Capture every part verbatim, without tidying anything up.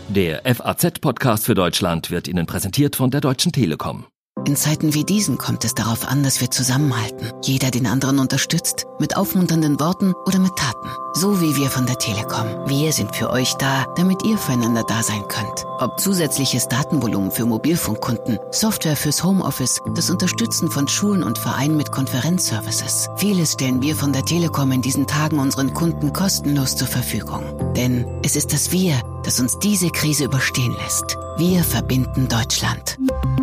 Der F A Z-Podcast für Deutschland wird Ihnen präsentiert von der Deutschen Telekom. In Zeiten wie diesen kommt es darauf an, dass wir zusammenhalten. Jeder den anderen unterstützt, mit aufmunternden Worten oder mit Taten. So wie wir von der Telekom. Wir sind für euch da, damit ihr füreinander da sein könnt. Ob zusätzliches Datenvolumen für Mobilfunkkunden, Software fürs Homeoffice, das Unterstützen von Schulen und Vereinen mit Konferenzservices. Vieles stellen wir von der Telekom in diesen Tagen unseren Kunden kostenlos zur Verfügung. Denn es ist das Wir, das uns diese Krise überstehen lässt. Wir verbinden Deutschland.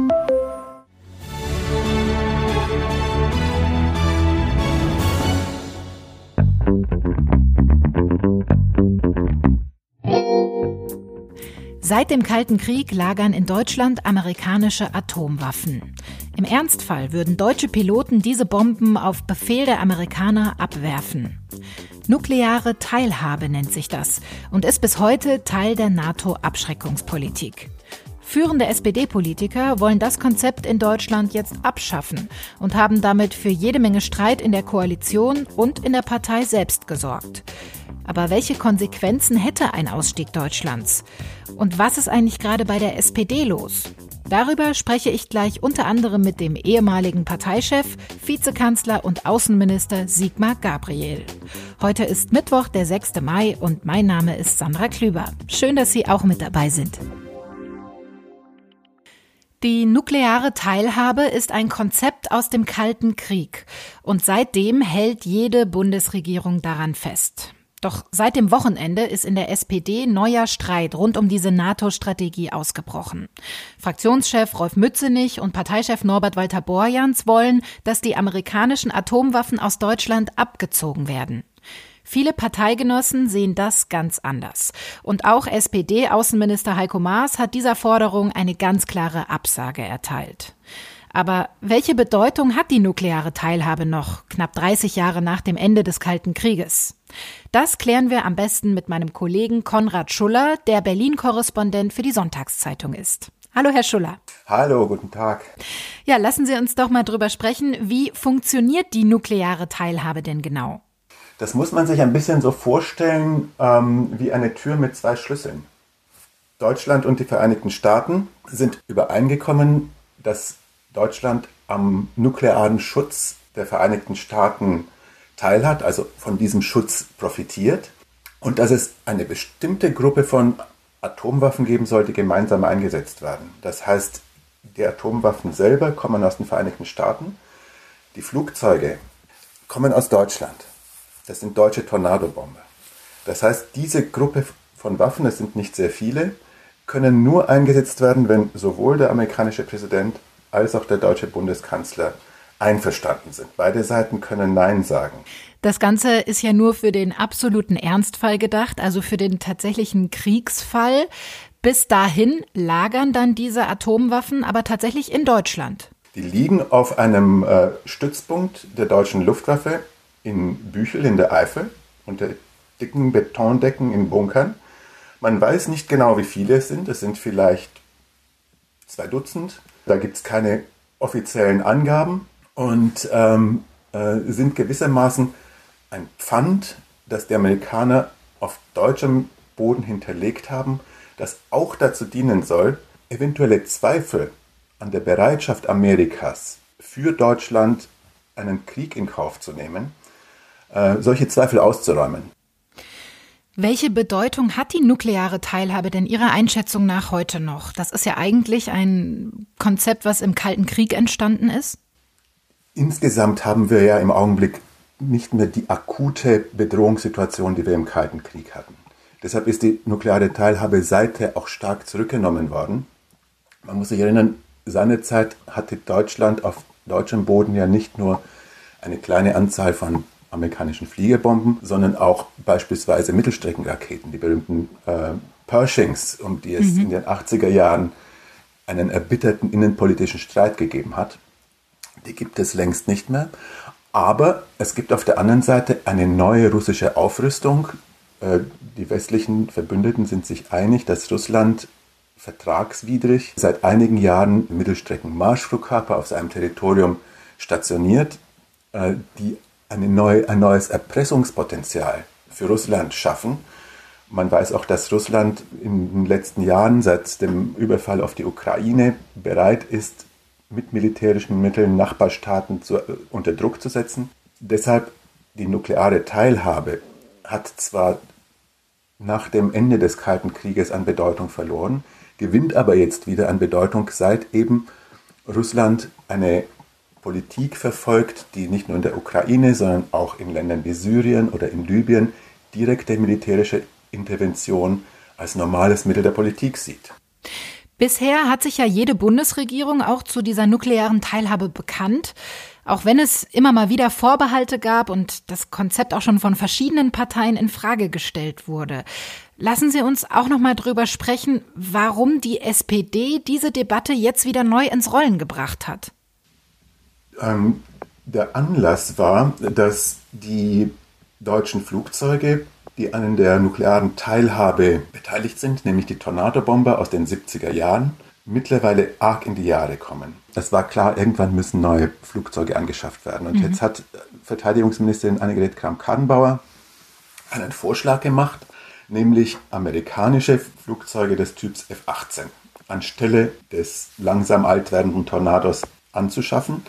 Seit dem Kalten Krieg lagern in Deutschland amerikanische Atomwaffen. Im Ernstfall würden deutsche Piloten diese Bomben auf Befehl der Amerikaner abwerfen. Nukleare Teilhabe nennt sich das und ist bis heute Teil der NATO-Abschreckungspolitik. Führende S P D-Politiker wollen das Konzept in Deutschland jetzt abschaffen und haben damit für jede Menge Streit in der Koalition und in der Partei selbst gesorgt. Aber welche Konsequenzen hätte ein Ausstieg Deutschlands? Und was ist eigentlich gerade bei der S P D los? Darüber spreche ich gleich unter anderem mit dem ehemaligen Parteichef, Vizekanzler und Außenminister Sigmar Gabriel. Heute ist Mittwoch, der sechster Mai und mein Name ist Sandra Klüber. Schön, dass Sie auch mit dabei sind. Die nukleare Teilhabe ist ein Konzept aus dem Kalten Krieg und seitdem hält jede Bundesregierung daran fest. Doch seit dem Wochenende ist in der S P D neuer Streit rund um diese NATO-Strategie ausgebrochen. Fraktionschef Rolf Mützenich und Parteichef Norbert Walter-Borjans wollen, dass die amerikanischen Atomwaffen aus Deutschland abgezogen werden. Viele Parteigenossen sehen das ganz anders. Und auch S P D-Außenminister Heiko Maas hat dieser Forderung eine ganz klare Absage erteilt. Aber welche Bedeutung hat die nukleare Teilhabe noch, knapp dreißig Jahre nach dem Ende des Kalten Krieges? Das klären wir am besten mit meinem Kollegen Konrad Schuller, der Berlin-Korrespondent für die Sonntagszeitung ist. Hallo, Herr Schuller. Hallo, guten Tag. Ja, lassen Sie uns doch mal drüber sprechen. Wie funktioniert die nukleare Teilhabe denn genau? Das muss man sich ein bisschen so vorstellen ähm, wie eine Tür mit zwei Schlüsseln. Deutschland und die Vereinigten Staaten sind übereingekommen, dass Deutschland am nuklearen Schutz der Vereinigten Staaten teilhat, also von diesem Schutz profitiert und dass es eine bestimmte Gruppe von Atomwaffen geben soll, die gemeinsam eingesetzt werden. Das heißt, die Atomwaffen selber kommen aus den Vereinigten Staaten, die Flugzeuge kommen aus Deutschland. Das sind deutsche Tornado-Bomber. Das heißt, diese Gruppe von Waffen, es sind nicht sehr viele, können nur eingesetzt werden, wenn sowohl der amerikanische Präsident als auch der deutsche Bundeskanzler einverstanden sind. Beide Seiten können Nein sagen. Das Ganze ist ja nur für den absoluten Ernstfall gedacht, also für den tatsächlichen Kriegsfall. Bis dahin lagern dann diese Atomwaffen aber tatsächlich in Deutschland. Die liegen auf einem äh, Stützpunkt der deutschen Luftwaffe in Büchel in der Eifel unter dicken Betondecken in Bunkern. Man weiß nicht genau, wie viele es sind. Es sind vielleicht zwei Dutzend. Da gibt es keine offiziellen Angaben und ähm, äh, sind gewissermaßen ein Pfand, das die Amerikaner auf deutschem Boden hinterlegt haben, das auch dazu dienen soll, eventuelle Zweifel an der Bereitschaft Amerikas für Deutschland einen Krieg in Kauf zu nehmen, äh, solche Zweifel auszuräumen. Welche Bedeutung hat die nukleare Teilhabe denn Ihrer Einschätzung nach heute noch? Das ist ja eigentlich ein Konzept, was im Kalten Krieg entstanden ist. Insgesamt haben wir ja im Augenblick nicht mehr die akute Bedrohungssituation, die wir im Kalten Krieg hatten. Deshalb ist die nukleare Teilhabe seither auch stark zurückgenommen worden. Man muss sich erinnern, seinerzeit hatte Deutschland auf deutschem Boden ja nicht nur eine kleine Anzahl von amerikanischen Fliegerbomben, sondern auch beispielsweise Mittelstreckenraketen, die berühmten äh, Pershings, um die es mhm. in den achtziger Jahren einen erbitterten innenpolitischen Streit gegeben hat. Die gibt es längst nicht mehr. Aber es gibt auf der anderen Seite eine neue russische Aufrüstung. Äh, die westlichen Verbündeten sind sich einig, dass Russland vertragswidrig seit einigen Jahren Mittelstrecken-Marschflugkörper auf seinem Territorium stationiert, die eine neue, ein neues Erpressungspotenzial für Russland schaffen Man weiß auch, dass Russland in den letzten Jahren seit dem Überfall auf die Ukraine bereit ist, mit militärischen Mitteln Nachbarstaaten zu, unter Druck zu setzen. Deshalb die nukleare Teilhabe hat zwar nach dem Ende des Kalten Krieges an Bedeutung verloren, gewinnt aber jetzt wieder an Bedeutung, seit eben Russland eine Politik verfolgt, die nicht nur in der Ukraine, sondern auch in Ländern wie Syrien oder in Libyen direkte militärische Intervention als normales Mittel der Politik sieht. Bisher hat sich ja jede Bundesregierung auch zu dieser nuklearen Teilhabe bekannt, auch wenn es immer mal wieder Vorbehalte gab und das Konzept auch schon von verschiedenen Parteien in Frage gestellt wurde. Lassen Sie uns auch noch mal drüber sprechen, warum die S P D diese Debatte jetzt wieder neu ins Rollen gebracht hat. Ähm, der Anlass war, dass die deutschen Flugzeuge, die an der nuklearen Teilhabe beteiligt sind, nämlich die Tornado-Bomber aus den siebziger Jahren, mittlerweile arg in die Jahre kommen. Es war klar, irgendwann müssen neue Flugzeuge angeschafft werden. Und mhm. jetzt hat Verteidigungsministerin Annegret Kramp-Karrenbauer einen Vorschlag gemacht, nämlich amerikanische Flugzeuge des Typs F achtzehn anstelle des langsam alt werdenden Tornados anzuschaffen.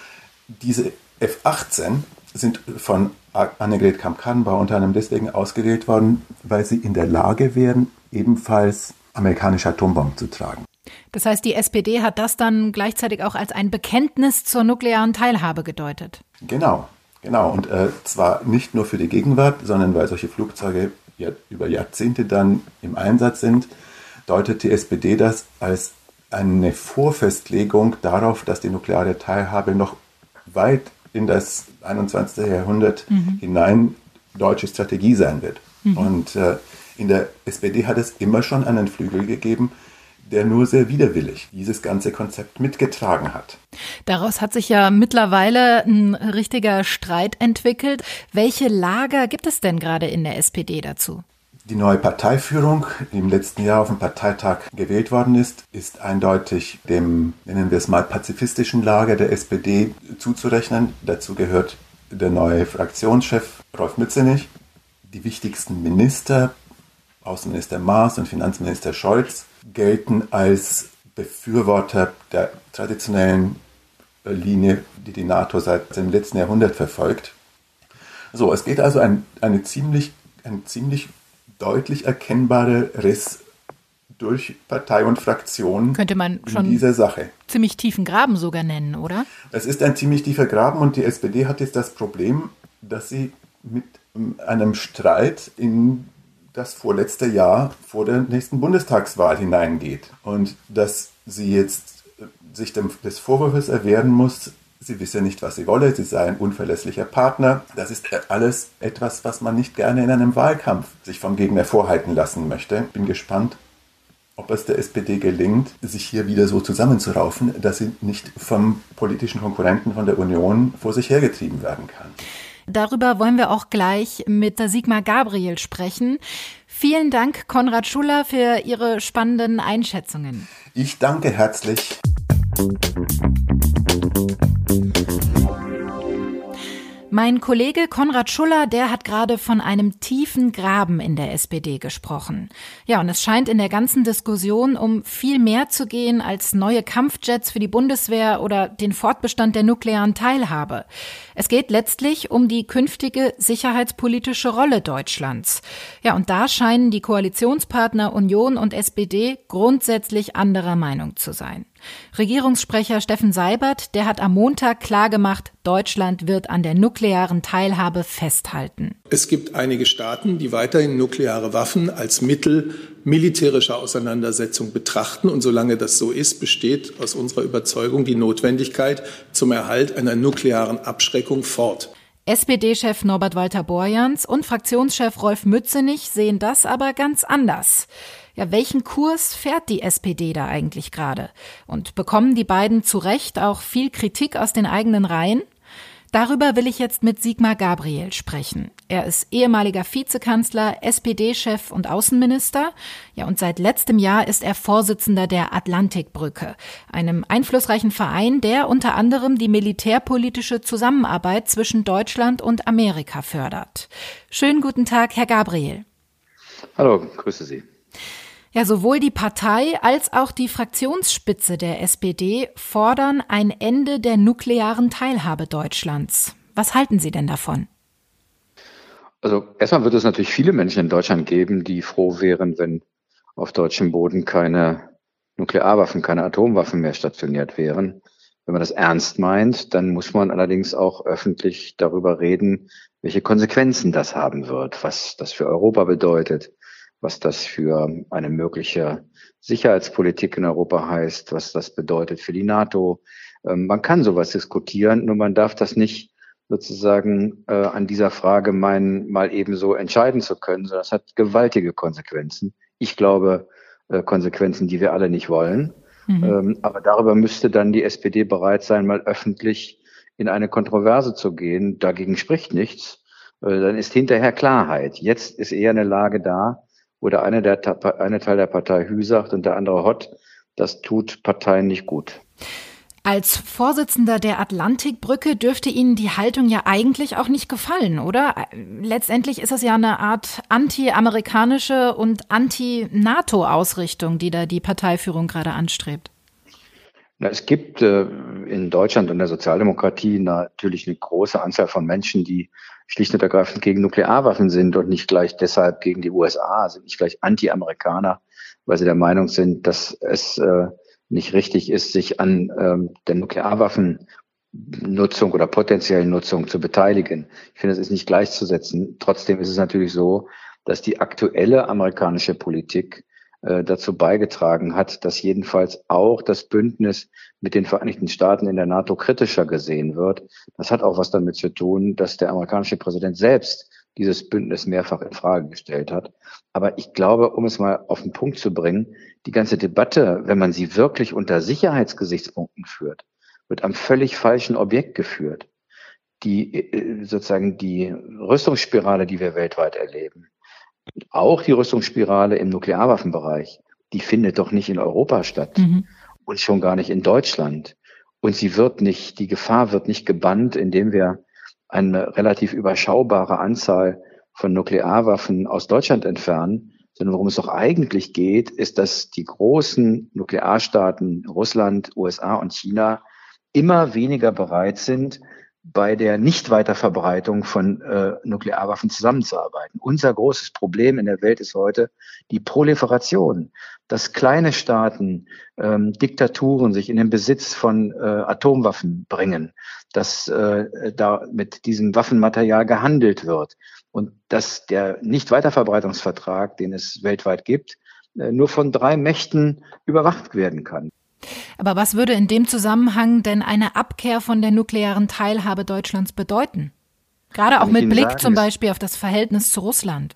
Diese F achtzehn sind von Annegret Kramp-Karrenbauer unter anderem deswegen ausgewählt worden, weil sie in der Lage wären, ebenfalls amerikanische Atombomben zu tragen. Das heißt, die S P D hat das dann gleichzeitig auch als ein Bekenntnis zur nuklearen Teilhabe gedeutet. Genau, genau. Und äh, zwar nicht nur für die Gegenwart, sondern weil solche Flugzeuge ja über Jahrzehnte dann im Einsatz sind, deutet die S P D das als eine Vorfestlegung darauf, dass die nukleare Teilhabe noch weit in das einundzwanzigste Jahrhundert mhm. hinein deutsche Strategie sein wird. Mhm. Und äh, in der S P D hat es immer schon einen Flügel gegeben, der nur sehr widerwillig dieses ganze Konzept mitgetragen hat. Daraus hat sich ja mittlerweile ein richtiger Streit entwickelt. Welche Lager gibt es denn gerade in der S P D dazu? Die neue Parteiführung, die im letzten Jahr auf dem Parteitag gewählt worden ist, ist eindeutig dem, nennen wir es mal, pazifistischen Lager der S P D zuzurechnen. Dazu gehört der neue Fraktionschef Rolf Mützenich. Die wichtigsten Minister, Außenminister Maas und Finanzminister Scholz, gelten als Befürworter der traditionellen Linie, die die NATO seit dem letzten Jahrhundert verfolgt. So, es geht also ein, eine ziemlich, ein ziemlich deutlich erkennbarer Riss durch Partei und Fraktion könnte man schon in dieser Sache. Ziemlich tiefen Graben sogar nennen, oder? Es ist ein ziemlich tiefer Graben und die S P D hat jetzt das Problem, dass sie mit einem Streit in das vorletzte Jahr vor der nächsten Bundestagswahl hineingeht und dass sie jetzt sich dem, des Vorwurfs erwehren muss, sie wisse nicht, was sie wolle, sie sei ein unverlässlicher Partner. Das ist alles etwas, was man nicht gerne in einem Wahlkampf sich vom Gegner vorhalten lassen möchte. Bin gespannt, ob es der S P D gelingt, sich hier wieder so zusammenzuraufen, dass sie nicht vom politischen Konkurrenten von der Union vor sich hergetrieben werden kann. Darüber wollen wir auch gleich mit Sigmar Gabriel sprechen. Vielen Dank, Konrad Schuller, für Ihre spannenden Einschätzungen. Ich danke herzlich. Mein Kollege Konrad Schuller, der hat gerade von einem tiefen Graben in der S P D gesprochen. Ja, und es scheint in der ganzen Diskussion um viel mehr zu gehen als neue Kampfjets für die Bundeswehr oder den Fortbestand der nuklearen Teilhabe. Es geht letztlich um die künftige sicherheitspolitische Rolle Deutschlands. Ja, und da scheinen die Koalitionspartner Union und S P D grundsätzlich anderer Meinung zu sein. Regierungssprecher Steffen Seibert, der hat am Montag klargemacht, Deutschland wird an der nuklearen Teilhabe festhalten. Es gibt einige Staaten, die weiterhin nukleare Waffen als Mittel militärischer Auseinandersetzung betrachten. Und solange das so ist, besteht aus unserer Überzeugung die Notwendigkeit zum Erhalt einer nuklearen Abschreckung fort. S P D-Chef Norbert Walter-Borjans und Fraktionschef Rolf Mützenich sehen das aber ganz anders. Ja, welchen Kurs fährt die S P D da eigentlich gerade? Und bekommen die beiden zu Recht auch viel Kritik aus den eigenen Reihen? Darüber will ich jetzt mit Sigmar Gabriel sprechen. Er ist ehemaliger Vizekanzler, S P D-Chef und Außenminister. Ja, und seit letztem Jahr ist er Vorsitzender der Atlantikbrücke, einem einflussreichen Verein, der unter anderem die militärpolitische Zusammenarbeit zwischen Deutschland und Amerika fördert. Schönen guten Tag, Herr Gabriel. Hallo, grüße Sie. Ja, sowohl die Partei als auch die Fraktionsspitze der S P D fordern ein Ende der nuklearen Teilhabe Deutschlands. Was halten Sie denn davon? Also erstmal wird es natürlich viele Menschen in Deutschland geben, die froh wären, wenn auf deutschem Boden keine Nuklearwaffen, keine Atomwaffen mehr stationiert wären. Wenn man das ernst meint, dann muss man allerdings auch öffentlich darüber reden, welche Konsequenzen das haben wird, was das für Europa bedeutet, was das für eine mögliche Sicherheitspolitik in Europa heißt, was das bedeutet für die NATO. Ähm, man kann sowas diskutieren, nur man darf das nicht sozusagen äh, an dieser Frage meinen, mal eben so entscheiden zu können, sondern das hat gewaltige Konsequenzen. Ich glaube, äh, Konsequenzen, die wir alle nicht wollen. Mhm. Ähm, aber darüber müsste dann die S P D bereit sein, mal öffentlich in eine Kontroverse zu gehen. Dagegen spricht nichts. Äh, dann ist hinterher Klarheit. Jetzt ist eher eine Lage da, wo der eine, der eine Teil der Partei Hü sagt und der andere Hott. Das tut Parteien nicht gut. Als Vorsitzender der Atlantikbrücke dürfte Ihnen die Haltung ja eigentlich auch nicht gefallen, oder? Letztendlich ist es ja eine Art anti-amerikanische und anti-NATO-Ausrichtung, die da die Parteiführung gerade anstrebt. Na, es gibt äh, in Deutschland und der Sozialdemokratie natürlich eine große Anzahl von Menschen, die schlicht und ergreifend gegen Nuklearwaffen sind und nicht gleich deshalb gegen die U S A, sind nicht gleich Anti-Amerikaner, weil sie der Meinung sind, dass es äh, nicht richtig ist, sich an ähm, der Nuklearwaffennutzung oder potenziellen Nutzung zu beteiligen. Ich finde, es ist nicht gleichzusetzen. Trotzdem ist es natürlich so, dass die aktuelle amerikanische Politik äh, dazu beigetragen hat, dass jedenfalls auch das Bündnis mit den Vereinigten Staaten in der NATO kritischer gesehen wird. Das hat auch was damit zu tun, dass der amerikanische Präsident selbst dieses Bündnis mehrfach in Frage gestellt hat. Aber ich glaube, um es mal auf den Punkt zu bringen, die ganze Debatte, wenn man sie wirklich unter Sicherheitsgesichtspunkten führt, wird am völlig falschen Objekt geführt. Die sozusagen die Rüstungsspirale, die wir weltweit erleben, auch die Rüstungsspirale im Nuklearwaffenbereich, die findet doch nicht in Europa statt mhm. und schon gar nicht in Deutschland. Und sie wird nicht, die Gefahr wird nicht gebannt, indem wir eine relativ überschaubare Anzahl von Nuklearwaffen aus Deutschland entfernen, sondern worum es doch eigentlich geht, ist, dass die großen Nuklearstaaten Russland, U S A und China immer weniger bereit sind, bei der Nichtweiterverbreitung von äh, Nuklearwaffen zusammenzuarbeiten. Unser großes Problem in der Welt ist heute die Proliferation, dass kleine Staaten, ähm, Diktaturen sich in den Besitz von äh, Atomwaffen bringen, dass äh, da mit diesem Waffenmaterial gehandelt wird und dass der Nichtweiterverbreitungsvertrag, den es weltweit gibt, äh, nur von drei Mächten überwacht werden kann. Aber was würde in dem Zusammenhang denn eine Abkehr von der nuklearen Teilhabe Deutschlands bedeuten? Gerade auch mit Blick zum Beispiel auf das Verhältnis zu Russland.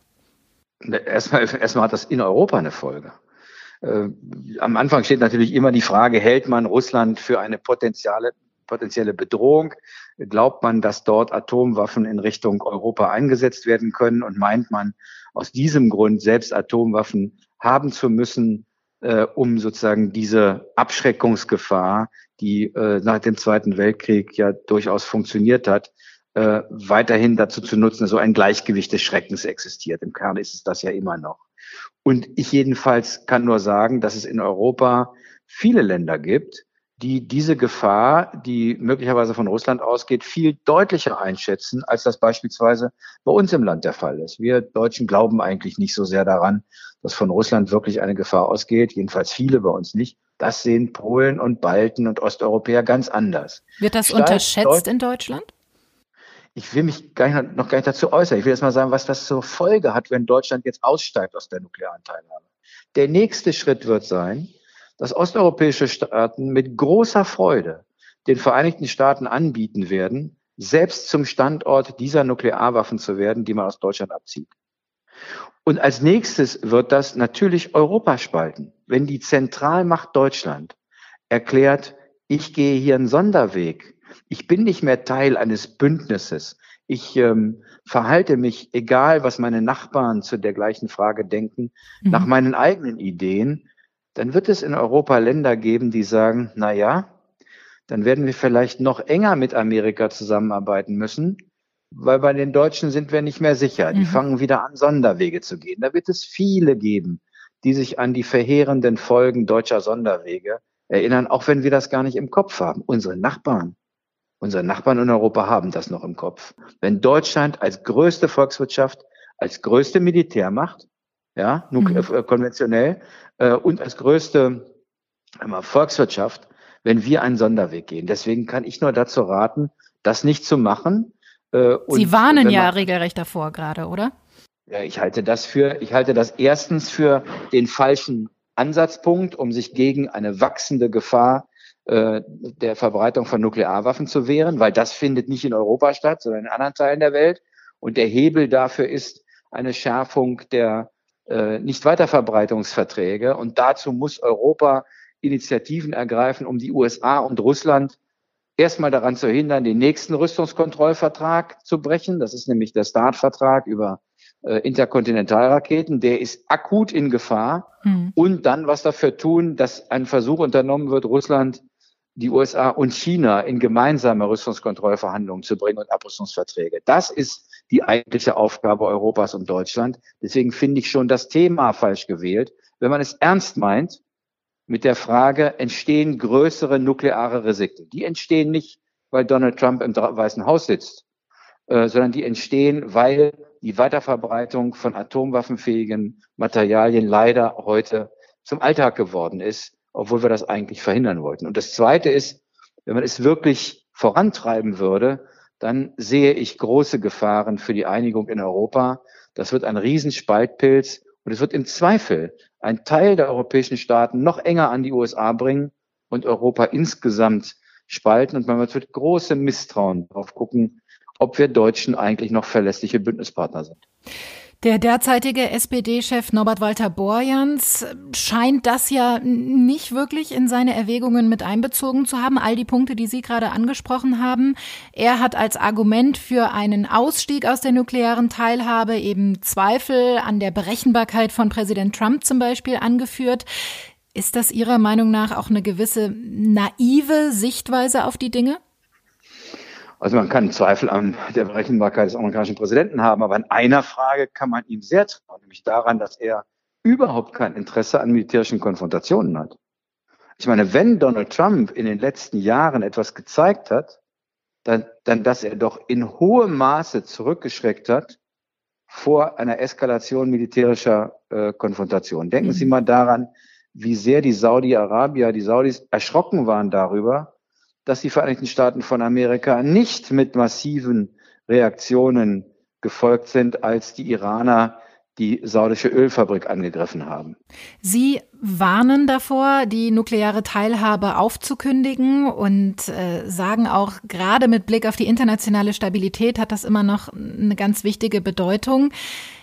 Erstmal, erstmal hat das in Europa eine Folge. Äh, am Anfang steht natürlich immer die Frage, hält man Russland für eine potenzielle, potenzielle Bedrohung? Glaubt man, dass dort Atomwaffen in Richtung Europa eingesetzt werden können? Und meint man aus diesem Grund selbst Atomwaffen haben zu müssen, Äh, um sozusagen diese Abschreckungsgefahr, die äh, nach dem Zweiten Weltkrieg ja durchaus funktioniert hat, äh, weiterhin dazu zu nutzen, so ein Gleichgewicht des Schreckens existiert. Im Kern ist es das ja immer noch. Und ich jedenfalls kann nur sagen, dass es in Europa viele Länder gibt, die diese Gefahr, die möglicherweise von Russland ausgeht, viel deutlicher einschätzen, als das beispielsweise bei uns im Land der Fall ist. Wir Deutschen glauben eigentlich nicht so sehr daran, dass von Russland wirklich eine Gefahr ausgeht, jedenfalls viele bei uns nicht. Das sehen Polen und Balten und Osteuropäer ganz anders. Wird das Steigt unterschätzt Deut- in Deutschland? Ich will mich gar nicht, noch gar nicht dazu äußern. Ich will jetzt mal sagen, was das zur Folge hat, wenn Deutschland jetzt aussteigt aus der nuklearen Teilhabe. Der nächste Schritt wird sein, dass osteuropäische Staaten mit großer Freude den Vereinigten Staaten anbieten werden, selbst zum Standort dieser Nuklearwaffen zu werden, die man aus Deutschland abzieht. Und als nächstes wird das natürlich Europa spalten. Wenn die Zentralmacht Deutschland erklärt, ich gehe hier einen Sonderweg, ich bin nicht mehr Teil eines Bündnisses, ich ähm, verhalte mich, egal was meine Nachbarn zu der gleichen Frage denken, mhm. nach meinen eigenen Ideen, dann wird es in Europa Länder geben, die sagen, na ja, dann werden wir vielleicht noch enger mit Amerika zusammenarbeiten müssen, weil bei den Deutschen sind wir nicht mehr sicher. Die mhm. fangen wieder an, Sonderwege zu gehen. Da wird es viele geben, die sich an die verheerenden Folgen deutscher Sonderwege erinnern, auch wenn wir das gar nicht im Kopf haben. Unsere Nachbarn, unsere Nachbarn in Europa haben das noch im Kopf. Wenn Deutschland als größte Volkswirtschaft, als größte Militärmacht, ja, mhm. äh, konventionell, äh, und als größte äh, Volkswirtschaft, wenn wir einen Sonderweg gehen. Deswegen kann ich nur dazu raten, das nicht zu machen. Äh, und Sie warnen ja man, regelrecht davor gerade, oder? Ja, ich halte das für, ich halte das erstens für den falschen Ansatzpunkt, um sich gegen eine wachsende Gefahr äh, der Verbreitung von Nuklearwaffen zu wehren, weil das findet nicht in Europa statt, sondern in anderen Teilen der Welt. Und der Hebel dafür ist eine Schärfung der äh, Nichtweiterverbreitungsverträge. Und dazu muss Europa Initiativen ergreifen, um die U S A und Russland erstmal daran zu hindern, den nächsten Rüstungskontrollvertrag zu brechen. Das ist nämlich der START-Vertrag über äh, Interkontinentalraketen. Der ist akut in Gefahr. Mhm. Und dann was dafür tun, dass ein Versuch unternommen wird, Russland, die U S A und China in gemeinsame Rüstungskontrollverhandlungen zu bringen und Abrüstungsverträge. Das ist die eigentliche Aufgabe Europas und Deutschland. Deswegen finde ich schon das Thema falsch gewählt. Wenn man es ernst meint, mit der Frage, entstehen größere nukleare Risiken. Die entstehen nicht, weil Donald Trump im Weißen Haus sitzt, äh, sondern die entstehen, weil die Weiterverbreitung von atomwaffenfähigen Materialien leider heute zum Alltag geworden ist, obwohl wir das eigentlich verhindern wollten. Und das Zweite ist, wenn man es wirklich vorantreiben würde, dann sehe ich große Gefahren für die Einigung in Europa. Das wird ein Riesenspaltpilz und es wird im Zweifel einen Teil der europäischen Staaten noch enger an die U S A bringen und Europa insgesamt spalten. Und man wird mit großem Misstrauen darauf gucken, ob wir Deutschen eigentlich noch verlässliche Bündnispartner sind. Der derzeitige S P D-Chef Norbert Walter-Borjans scheint das ja nicht wirklich in seine Erwägungen mit einbezogen zu haben, all die Punkte, die Sie gerade angesprochen haben. Er hat als Argument für einen Ausstieg aus der nuklearen Teilhabe eben Zweifel an der Berechenbarkeit von Präsident Trump zum Beispiel angeführt. Ist das Ihrer Meinung nach auch eine gewisse naive Sichtweise auf die Dinge? Also man kann Zweifel an der Berechenbarkeit des amerikanischen Präsidenten haben, aber in einer Frage kann man ihm sehr trauen, nämlich daran, dass er überhaupt kein Interesse an militärischen Konfrontationen hat. Ich meine, wenn Donald Trump in den letzten Jahren etwas gezeigt hat, dann, dann dass er doch in hohem Maße zurückgeschreckt hat vor einer Eskalation militärischer äh, Konfrontation. Denken mhm. Sie mal daran, wie sehr die Saudi-Arabier, die Saudis erschrocken waren darüber, dass die Vereinigten Staaten von Amerika nicht mit massiven Reaktionen gefolgt sind, als die Iraner die saudische Ölfabrik angegriffen haben. Sie warnen davor, die nukleare Teilhabe aufzukündigen und äh, sagen auch, gerade mit Blick auf die internationale Stabilität hat das immer noch eine ganz wichtige Bedeutung.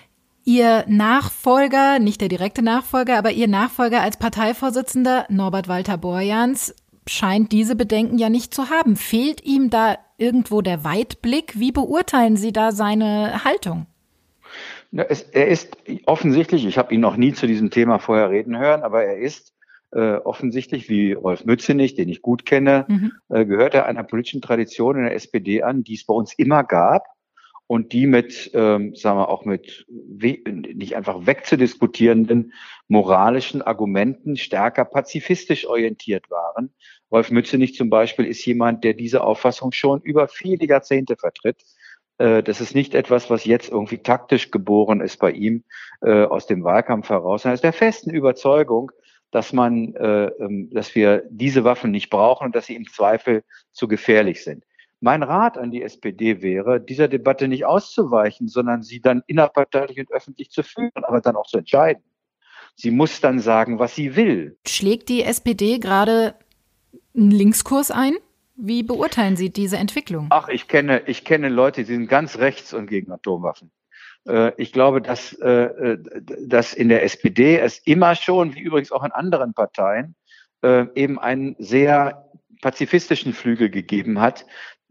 Ihr Nachfolger, nicht der direkte Nachfolger, aber Ihr Nachfolger als Parteivorsitzender, Norbert Walter-Borjans, scheint diese Bedenken ja nicht zu haben. Fehlt ihm da irgendwo der Weitblick? Wie beurteilen Sie da seine Haltung? Ja, es, er ist offensichtlich, ich habe ihn noch nie zu diesem Thema vorher reden hören, aber er ist äh, offensichtlich, wie Rolf Mützenich, den ich gut kenne, mhm. äh, gehört er einer politischen Tradition in der S P D an, die es bei uns immer gab und die mit, ähm, sagen wir auch mit we- nicht einfach wegzudiskutierenden moralischen Argumenten stärker pazifistisch orientiert waren. Rolf Mützenich zum Beispiel ist jemand, der diese Auffassung schon über viele Jahrzehnte vertritt. Äh, das ist nicht etwas, was jetzt irgendwie taktisch geboren ist bei ihm äh, aus dem Wahlkampf heraus, sondern ist der festen Überzeugung, dass man, äh, dass wir diese Waffen nicht brauchen und dass sie im Zweifel zu gefährlich sind. Mein Rat an die S P D wäre, dieser Debatte nicht auszuweichen, sondern sie dann innerparteilich und öffentlich zu führen, aber dann auch zu entscheiden. Sie muss dann sagen, was sie will. Schlägt die S P D gerade einen Linkskurs ein? Wie beurteilen Sie diese Entwicklung? Ach, ich kenne, ich kenne Leute, die sind ganz rechts und gegen Atomwaffen. Äh, ich glaube, dass, äh, dass in der S P D es immer schon, wie übrigens auch in anderen Parteien, äh, eben einen sehr pazifistischen Flügel gegeben hat,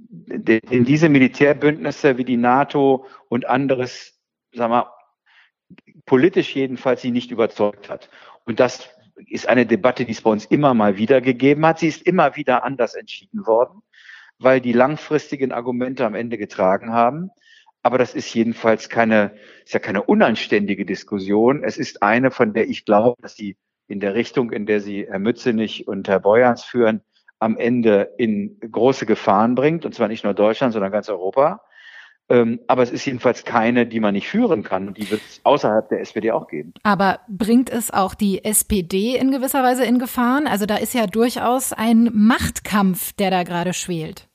den diese Militärbündnisse wie die NATO und anderes, sagen wir, politisch jedenfalls sie nicht überzeugt hat. Und das ist eine Debatte, die es bei uns immer mal wieder gegeben hat. Sie ist immer wieder anders entschieden worden, weil die langfristigen Argumente am Ende getragen haben. Aber das ist jedenfalls keine, ist ja keine unanständige Diskussion. Es ist eine, von der ich glaube, dass sie in der Richtung, in der sie Herr Mützenich und Herr Beuerns führen, am Ende in große Gefahren bringt. Und zwar nicht nur Deutschland, sondern ganz Europa. Ähm, aber es ist jedenfalls keine, die man nicht führen kann. Und die wird es außerhalb der S P D auch geben. Aber bringt es auch die S P D in gewisser Weise in Gefahren? Also da ist ja durchaus ein Machtkampf, der da gerade schwelt.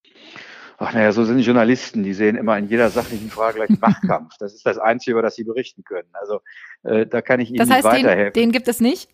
Ach naja, so sind die Journalisten. Die sehen immer in jeder sachlichen Frage gleich Machtkampf. Das ist das Einzige, über das sie berichten können. Also äh, da kann ich Ihnen das heißt, nicht weiterhelfen. Den, den gibt es nicht?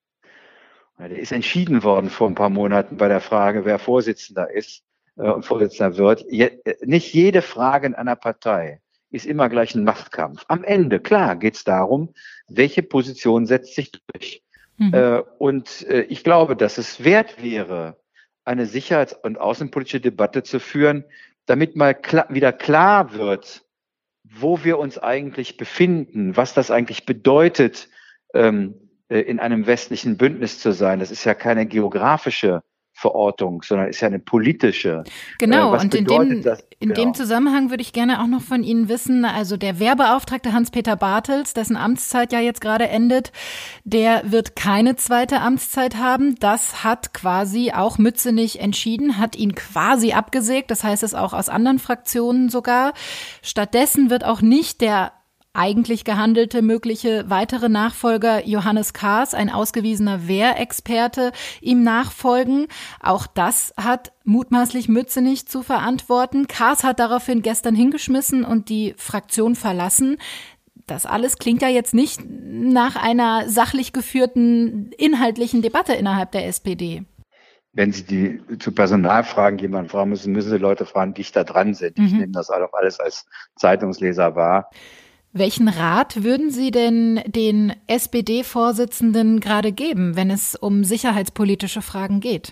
Ja, der ist entschieden worden vor ein paar Monaten bei der Frage, wer Vorsitzender ist äh, und Vorsitzender wird. Je, nicht jede Frage in einer Partei ist immer gleich ein Machtkampf. Am Ende, klar, geht es darum, welche Position setzt sich durch. Mhm. Äh, und äh, ich glaube, dass es wert wäre, eine sicherheits- und außenpolitische Debatte zu führen, damit mal klar, wieder klar wird, wo wir uns eigentlich befinden, was das eigentlich bedeutet, ähm, in einem westlichen Bündnis zu sein. Das ist ja keine geografische Verortung, sondern ist ja eine politische. Genau, Was und in dem, das? in Genau. dem Zusammenhang würde ich gerne auch noch von Ihnen wissen, also der Wehrbeauftragte Hans-Peter Bartels, dessen Amtszeit ja jetzt gerade endet, der wird keine zweite Amtszeit haben. Das hat quasi auch Mützenich entschieden, hat ihn quasi abgesägt, das heißt es auch aus anderen Fraktionen sogar. Stattdessen wird auch nicht der eigentlich gehandelte mögliche weitere Nachfolger Johannes Kahrs, ein ausgewiesener Wehrexperte, ihm nachfolgen. Auch das hat mutmaßlich Mützenich zu verantworten. Kahrs hat daraufhin gestern hingeschmissen und die Fraktion verlassen. Das alles klingt ja jetzt nicht nach einer sachlich geführten inhaltlichen Debatte innerhalb der S P D. Wenn Sie die zu Personalfragen jemanden fragen müssen, müssen Sie Leute fragen, die da dran sind. Mhm. Ich nehme das auch alles als Zeitungsleser wahr. Welchen Rat würden Sie denn den S P D-Vorsitzenden gerade geben, wenn es um sicherheitspolitische Fragen geht?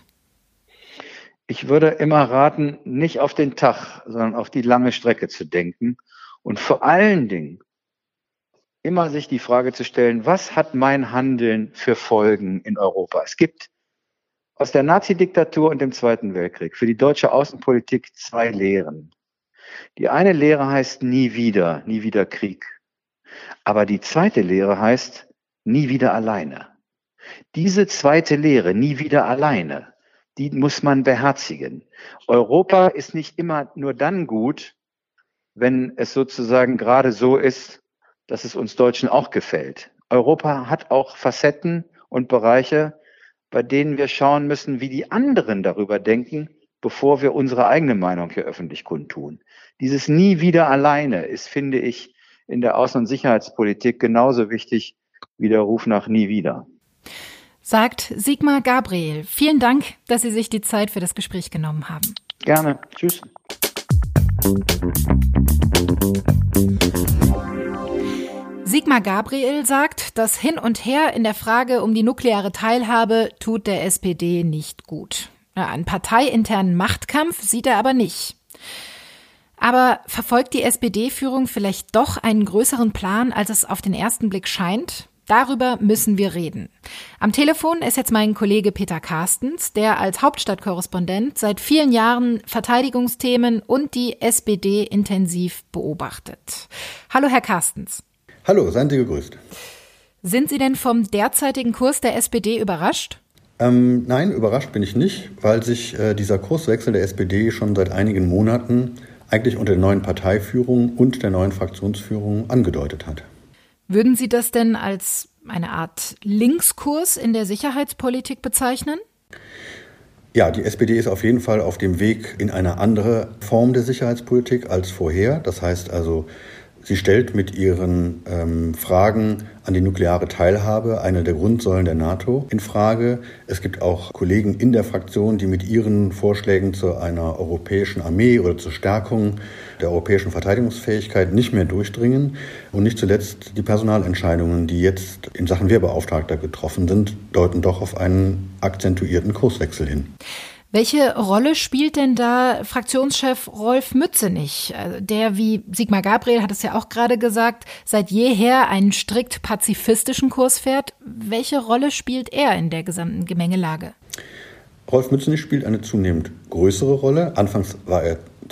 Ich würde immer raten, nicht auf den Tag, sondern auf die lange Strecke zu denken und vor allen Dingen immer sich die Frage zu stellen, was hat mein Handeln für Folgen in Europa? Es gibt aus der Nazi-Diktatur und dem Zweiten Weltkrieg für die deutsche Außenpolitik zwei Lehren. Die eine Lehre heißt nie wieder, nie wieder Krieg. Aber die zweite Lehre heißt nie wieder alleine. Diese zweite Lehre, nie wieder alleine, die muss man beherzigen. Europa ist nicht immer nur dann gut, wenn es sozusagen gerade so ist, dass es uns Deutschen auch gefällt. Europa hat auch Facetten und Bereiche, bei denen wir schauen müssen, wie die anderen darüber denken, bevor wir unsere eigene Meinung hier öffentlich kundtun. Dieses nie wieder alleine ist, finde ich, in der Außen- und Sicherheitspolitik genauso wichtig wie der Ruf nach nie wieder. Sagt Sigmar Gabriel. Vielen Dank, dass Sie sich die Zeit für das Gespräch genommen haben. Gerne. Tschüss. Sigmar Gabriel sagt, das Hin und Her in der Frage um die nukleare Teilhabe tut der S P D nicht gut. Ja, einen parteiinternen Machtkampf sieht er aber nicht. Aber verfolgt die S P D-Führung vielleicht doch einen größeren Plan, als es auf den ersten Blick scheint? Darüber müssen wir reden. Am Telefon ist jetzt mein Kollege Peter Carstens, der als Hauptstadtkorrespondent seit vielen Jahren Verteidigungsthemen und die S P D intensiv beobachtet. Hallo, Herr Carstens. Hallo, seien Sie gegrüßt. Sind Sie denn vom derzeitigen Kurs der S P D überrascht? Ähm, nein, überrascht bin ich nicht, weil sich äh, dieser Kurswechsel der S P D schon seit einigen Monaten eigentlich unter der neuen Parteiführung und der neuen Fraktionsführung angedeutet hat. Würden Sie das denn als eine Art Linkskurs in der Sicherheitspolitik bezeichnen? Ja, die S P D ist auf jeden Fall auf dem Weg in eine andere Form der Sicherheitspolitik als vorher. Das heißt also, sie stellt mit ihren ähm, Fragen an die nukleare Teilhabe eine der Grundsäulen der NATO in Frage. Es gibt auch Kollegen in der Fraktion, die mit ihren Vorschlägen zu einer europäischen Armee oder zur Stärkung der europäischen Verteidigungsfähigkeit nicht mehr durchdringen. Und nicht zuletzt die Personalentscheidungen, die jetzt in Sachen Wehrbeauftragter getroffen sind, deuten doch auf einen akzentuierten Kurswechsel hin. Welche Rolle spielt denn da Fraktionschef Rolf Mützenich, der, wie Sigmar Gabriel hat es ja auch gerade gesagt, seit jeher einen strikt pazifistischen Kurs fährt? Welche Rolle spielt er in der gesamten Gemengelage? Rolf Mützenich spielt eine zunehmend größere Rolle. Anfangs war er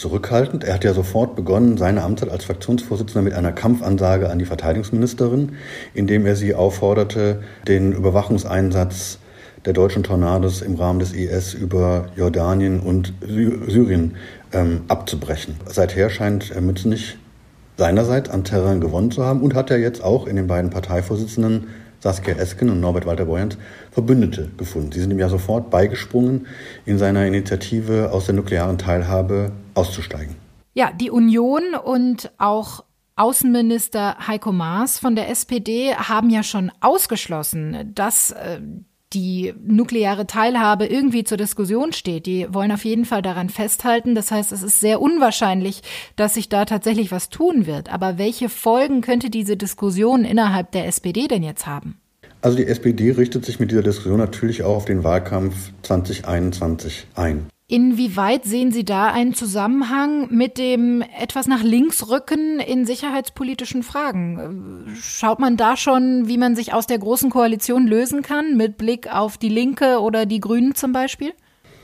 zurückhaltend. Er hat ja sofort begonnen, seine Amtszeit als Fraktionsvorsitzender mit einer Kampfansage an die Verteidigungsministerin, indem er sie aufforderte, den Überwachungseinsatz der deutschen Tornados im Rahmen des I S über Jordanien und Syrien ähm, abzubrechen. Seither scheint Mützenich seinerseits an Terrain gewonnen zu haben und hat er jetzt auch in den beiden Parteivorsitzenden Saskia Esken und Norbert Walter-Borjans Verbündete gefunden. Sie sind ihm ja sofort beigesprungen, in seiner Initiative aus der nuklearen Teilhabe auszusteigen. Ja, die Union und auch Außenminister Heiko Maas von der S P D haben ja schon ausgeschlossen, dass äh, die nukleare Teilhabe irgendwie zur Diskussion steht. Die wollen auf jeden Fall daran festhalten. Das heißt, es ist sehr unwahrscheinlich, dass sich da tatsächlich was tun wird. Aber welche Folgen könnte diese Diskussion innerhalb der S P D denn jetzt haben? Also die S P D richtet sich mit dieser Diskussion natürlich auch auf den Wahlkampf zwanzig einundzwanzig ein. Inwieweit sehen Sie da einen Zusammenhang mit dem etwas nach links rücken in sicherheitspolitischen Fragen? Schaut man da schon, wie man sich aus der Großen Koalition lösen kann, mit Blick auf die Linke oder die Grünen zum Beispiel?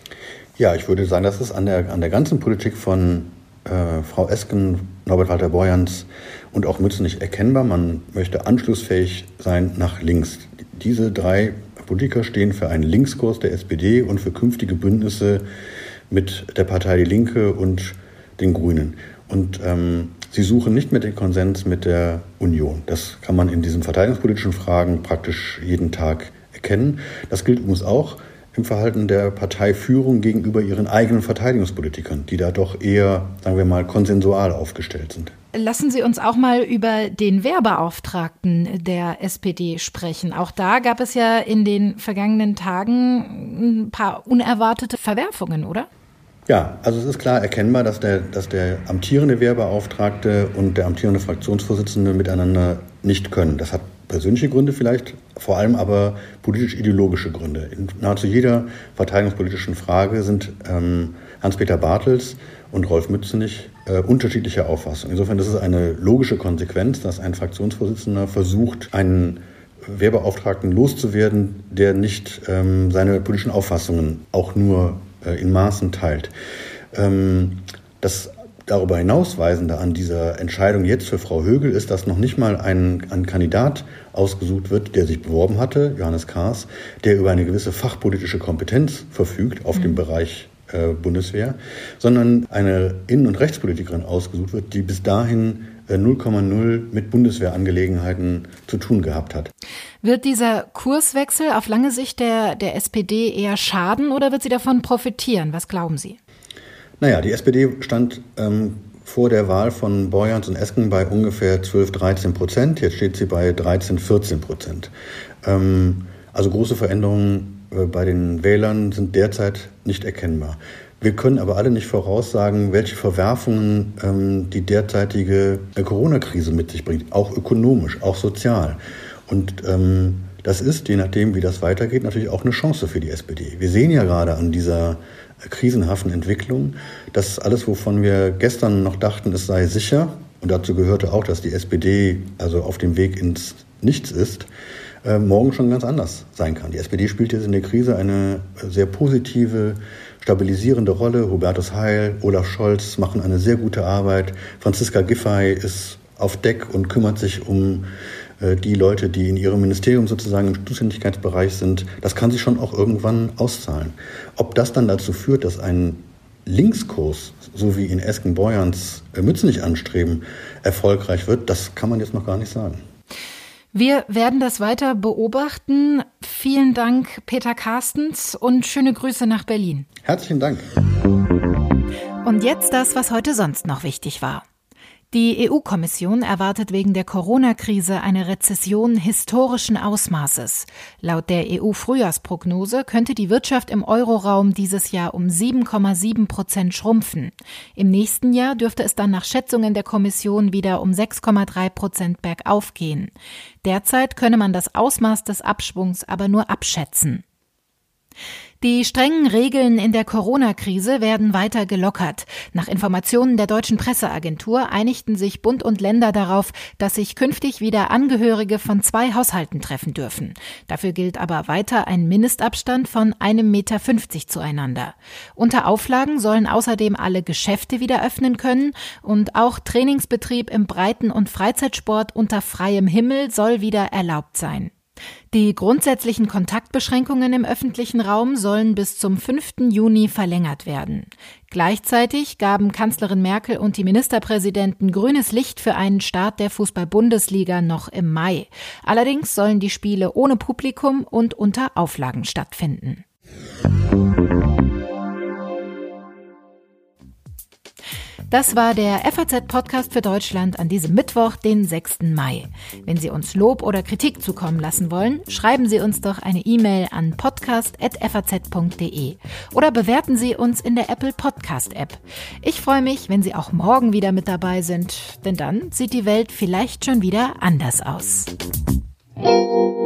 Ja, ich würde sagen, das ist an der, an der ganzen Politik von äh, Frau Esken, Norbert Walter-Borjans und auch Mützenich erkennbar. Man möchte anschlussfähig sein nach links. Diese drei Politiker stehen für einen Linkskurs der S P D und für künftige Bündnisse mit der Partei Die Linke und den Grünen. Und ähm, sie suchen nicht mehr den Konsens mit der Union. Das kann man in diesen verteidigungspolitischen Fragen praktisch jeden Tag erkennen. Das gilt übrigens auch im Verhalten der Parteiführung gegenüber ihren eigenen Verteidigungspolitikern, die da doch eher, sagen wir mal, konsensual aufgestellt sind. Lassen Sie uns auch mal über den Wehrbeauftragten der S P D sprechen. Auch da gab es ja in den vergangenen Tagen ein paar unerwartete Verwerfungen, oder? Ja, also es ist klar erkennbar, dass der, dass der amtierende Wehrbeauftragte und der amtierende Fraktionsvorsitzende miteinander nicht können. Das hat persönliche Gründe vielleicht, vor allem aber politisch-ideologische Gründe. In nahezu jeder verteidigungspolitischen Frage sind ähm, Hans-Peter Bartels und Rolf Mützenich äh, unterschiedlicher Auffassung. Insofern ist es eine logische Konsequenz, dass ein Fraktionsvorsitzender versucht, einen Wehrbeauftragten loszuwerden, der nicht ähm, seine politischen Auffassungen auch nur äh, in Maßen teilt. Ähm, das Darüber hinausweisende an dieser Entscheidung jetzt für Frau Högel ist, dass noch nicht mal ein, ein Kandidat ausgesucht wird, der sich beworben hatte, Johannes Kahrs, der über eine gewisse fachpolitische Kompetenz verfügt auf mhm. dem Bereich äh, Bundeswehr, sondern eine Innen- und Rechtspolitikerin ausgesucht wird, die bis dahin äh, null Komma null mit Bundeswehrangelegenheiten zu tun gehabt hat. Wird dieser Kurswechsel auf lange Sicht der, der S P D eher schaden oder wird sie davon profitieren? Was glauben Sie? Naja, die S P D stand ähm, vor der Wahl von Borjans und Esken bei ungefähr zwölf, dreizehn Prozent. Jetzt steht sie bei dreizehn, vierzehn Prozent. Ähm, also große Veränderungen äh, bei den Wählern sind derzeit nicht erkennbar. Wir können aber alle nicht voraussagen, welche Verwerfungen ähm, die derzeitige äh, Corona-Krise mit sich bringt, auch ökonomisch, auch sozial. Und ähm, das ist, je nachdem, wie das weitergeht, natürlich auch eine Chance für die S P D. Wir sehen ja gerade an dieser krisenhaften Entwicklung, dass alles, wovon wir gestern noch dachten, es sei sicher, und dazu gehörte auch, dass die S P D also auf dem Weg ins Nichts ist, äh, morgen schon ganz anders sein kann. Die S P D spielt jetzt in der Krise eine sehr positive, stabilisierende Rolle. Hubertus Heil, Olaf Scholz machen eine sehr gute Arbeit. Franziska Giffey ist auf Deck und kümmert sich um die Leute, die in ihrem Ministerium sozusagen im Zuständigkeitsbereich sind. Das kann sich schon auch irgendwann auszahlen. Ob das dann dazu führt, dass ein Linkskurs, so wie ihn Esken, Borjans, Mützenich anstreben, erfolgreich wird, das kann man jetzt noch gar nicht sagen. Wir werden das weiter beobachten. Vielen Dank, Peter Carstens, und schöne Grüße nach Berlin. Herzlichen Dank. Und jetzt das, was heute sonst noch wichtig war. Die E U-Kommission erwartet wegen der Corona-Krise eine Rezession historischen Ausmaßes. Laut der E U-Frühjahrsprognose könnte die Wirtschaft im Euroraum dieses Jahr um sieben Komma sieben Prozent schrumpfen. Im nächsten Jahr dürfte es dann nach Schätzungen der Kommission wieder um sechs Komma drei Prozent bergauf gehen. Derzeit könne man das Ausmaß des Abschwungs aber nur abschätzen. Die strengen Regeln in der Corona-Krise werden weiter gelockert. Nach Informationen der Deutschen Presseagentur einigten sich Bund und Länder darauf, dass sich künftig wieder Angehörige von zwei Haushalten treffen dürfen. Dafür gilt aber weiter ein Mindestabstand von einem Meter fünfzig zueinander. Unter Auflagen sollen außerdem alle Geschäfte wieder öffnen können und auch Trainingsbetrieb im Breiten- und Freizeitsport unter freiem Himmel soll wieder erlaubt sein. Die grundsätzlichen Kontaktbeschränkungen im öffentlichen Raum sollen bis zum fünften Juni verlängert werden. Gleichzeitig gaben Kanzlerin Merkel und die Ministerpräsidenten grünes Licht für einen Start der Fußball-Bundesliga noch im Mai. Allerdings sollen die Spiele ohne Publikum und unter Auflagen stattfinden. Das war der F A Z-Podcast für Deutschland an diesem Mittwoch, den sechsten Mai. Wenn Sie uns Lob oder Kritik zukommen lassen wollen, schreiben Sie uns doch eine E-Mail an podcast at f a z punkt d e oder bewerten Sie uns in der Apple Podcast-App. Ich freue mich, wenn Sie auch morgen wieder mit dabei sind, denn dann sieht die Welt vielleicht schon wieder anders aus.